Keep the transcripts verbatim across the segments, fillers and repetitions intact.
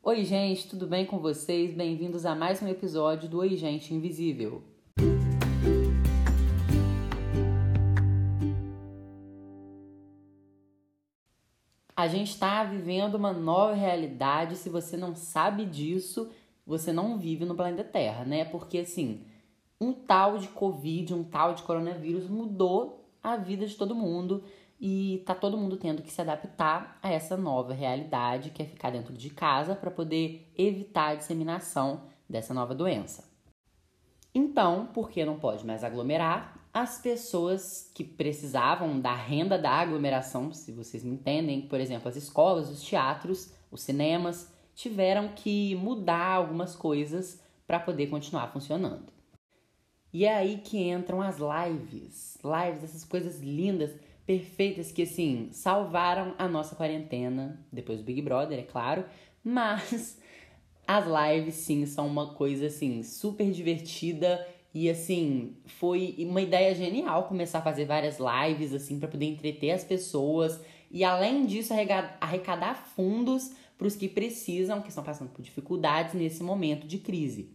Oi, gente, tudo bem com vocês? Bem-vindos a mais um episódio do Oi, Gente Invisível. A gente está vivendo uma nova realidade. Se você não sabe disso, você não vive no planeta Terra, né? Porque, assim, um tal de Covid, um tal de coronavírus mudou a vida de todo mundo e tá todo mundo tendo que se adaptar a essa nova realidade, que é ficar dentro de casa para poder evitar a disseminação dessa nova doença. Então, porque não pode mais aglomerar, as pessoas que precisavam da renda da aglomeração, se vocês me entendem, por exemplo, as escolas, os teatros, os cinemas, tiveram que mudar algumas coisas para poder continuar funcionando. E é aí que entram as lives. Lives, essas coisas lindas, perfeitas, que, assim, salvaram a nossa quarentena, depois do Big Brother, é claro, mas as lives, sim, são uma coisa, assim, super divertida e, assim, foi uma ideia genial começar a fazer várias lives, assim, para poder entreter as pessoas e, além disso, arrecadar fundos para os que precisam, que estão passando por dificuldades nesse momento de crise.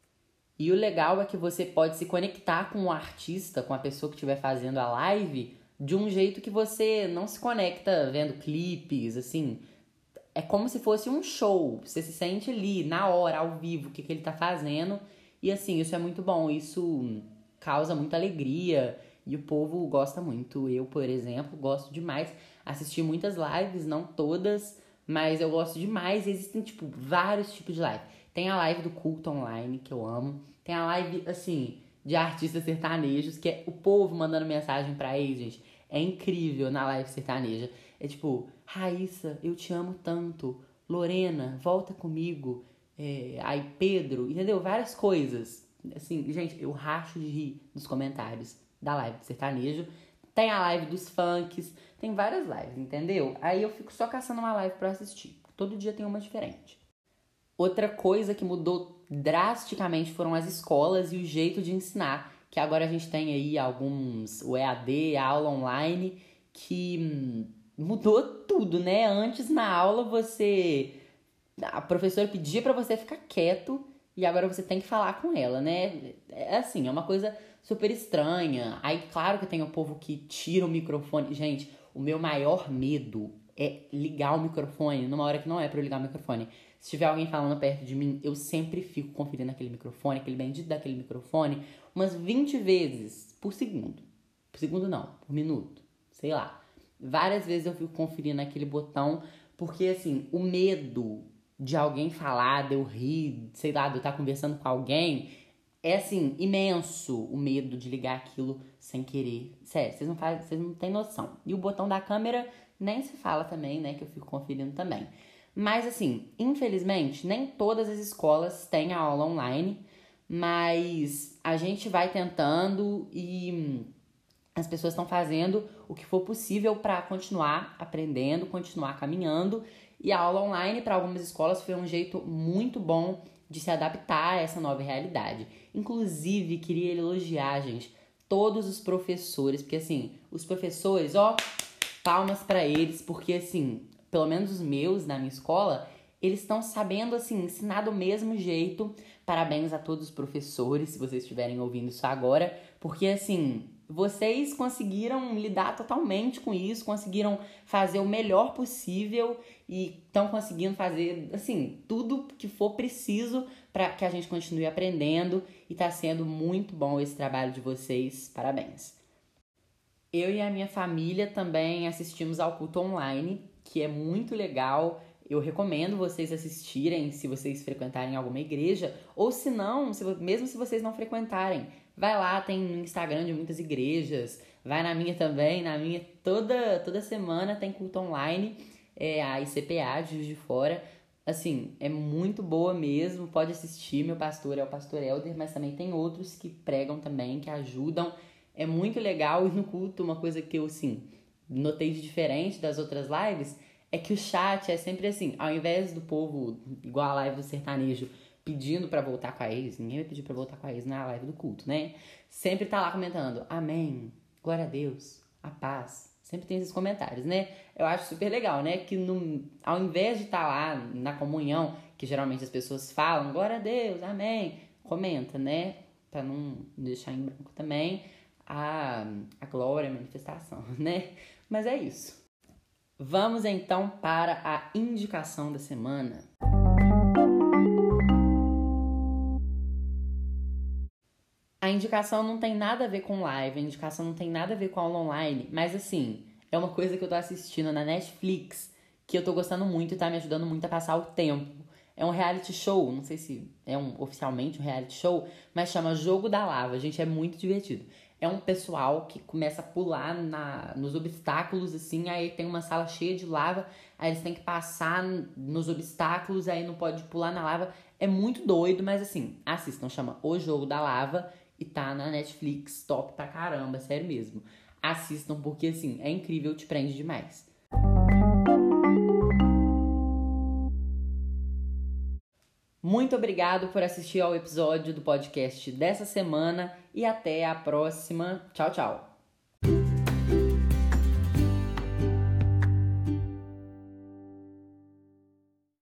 E o legal é que você pode se conectar com o artista, com a pessoa que estiver fazendo a live, de um jeito que você não se conecta vendo clipes, assim. É como se fosse um show. Você se sente ali, na hora, ao vivo, o que, que ele tá fazendo. E, assim, isso é muito bom. Isso causa muita alegria e o povo gosta muito. Eu, por exemplo, gosto demais. Assisti muitas lives, não todas, mas eu gosto demais. Existem, tipo, vários tipos de live. Tem a live do culto online, que eu amo. Tem a live, assim, de artistas sertanejos, que é o povo mandando mensagem pra eles, gente. É incrível na live sertaneja. É tipo, Raíssa, eu te amo tanto. Lorena, volta comigo. É, aí, Pedro, entendeu? Várias coisas. Assim, gente, eu racho de rir nos comentários da live de sertanejo. Tem a live dos funks. Tem várias lives, entendeu? Aí eu fico só caçando uma live pra assistir. Todo dia tem uma diferente. Outra coisa que mudou drasticamente foram as escolas e o jeito de ensinar. Que agora a gente tem aí alguns, o E A D, a aula online, que hum, mudou tudo, né? Antes na aula você, a professora pedia pra você ficar quieto e agora você tem que falar com ela, né? É assim, é uma coisa super estranha. Aí, claro que tem o povo que tira o microfone. Gente, o meu maior medo é ligar o microfone numa hora que não é pra eu ligar o microfone. Se tiver alguém falando perto de mim, eu sempre fico conferindo aquele microfone, aquele bendito daquele microfone, umas vinte vezes por segundo. Por segundo não, por minuto, sei lá. Várias vezes eu fico conferindo aquele botão, porque, assim, o medo de alguém falar, de eu rir, sei lá, de eu estar conversando com alguém, é, assim, imenso o medo de ligar aquilo sem querer. Sério, vocês não fazem, vocês não têm noção. E o botão da câmera nem se fala também, né, que eu fico conferindo também. Mas, assim, infelizmente, nem todas as escolas têm a aula online, mas a gente vai tentando e as pessoas estão fazendo o que for possível para continuar aprendendo, continuar caminhando. E a aula online, para algumas escolas, foi um jeito muito bom de se adaptar a essa nova realidade. Inclusive, queria elogiar, gente, todos os professores, porque, assim, os professores, ó, palmas para eles, porque, assim, pelo menos os meus, na minha escola, eles estão sabendo, assim, ensinar do mesmo jeito. Parabéns a todos os professores, se vocês estiverem ouvindo isso agora, porque, assim, vocês conseguiram lidar totalmente com isso, conseguiram fazer o melhor possível e estão conseguindo fazer, assim, tudo que for preciso para que a gente continue aprendendo e tá sendo muito bom esse trabalho de vocês. Parabéns. Eu e a minha família também assistimos ao culto online, que é muito legal. Eu recomendo vocês assistirem se vocês frequentarem alguma igreja, ou se não, se, mesmo se vocês não frequentarem. Vai lá, tem no Instagram de muitas igrejas, vai na minha também, na minha toda, toda semana tem culto online, é a I C P A de Juiz de Fora. Assim, é muito boa mesmo, pode assistir, meu pastor é o pastor Helder, mas também tem outros que pregam também, que ajudam. É muito legal. E no culto, uma coisa que eu, assim, notei de diferente das outras lives é que o chat é sempre assim, ao invés do povo, igual a live do sertanejo, pedindo pra voltar com a ex, ninguém vai pedir pra voltar com a ex na live do culto, né? Sempre tá lá comentando, amém, glória a Deus, a paz, Sempre tem esses comentários, né? Eu acho super legal, né? Que no, ao invés de estar lá na comunhão, que geralmente as pessoas falam, glória a Deus, amém, comenta, né? Pra não deixar em branco também a, a glória, a manifestação, né? Mas é isso. Vamos então para a indicação da semana. A indicação não tem nada a ver com live, a indicação não tem nada a ver com aula online, mas assim, é uma coisa que eu tô assistindo na Netflix, que eu tô gostando muito e tá me ajudando muito a passar o tempo. É um reality show, não sei se é um oficialmente um reality show, mas chama Jogo da Lava, gente, é muito divertido. É um pessoal que começa a pular na, nos obstáculos, assim, aí tem uma sala cheia de lava, aí eles têm que passar nos obstáculos, aí não pode pular na lava. É muito doido, mas assim, assistam, chama O Jogo da Lava. E tá na Netflix, top pra caramba, sério mesmo. Assistam porque, assim, é incrível, te prende demais. Muito obrigado por assistir ao episódio do podcast dessa semana e até a próxima. Tchau, tchau!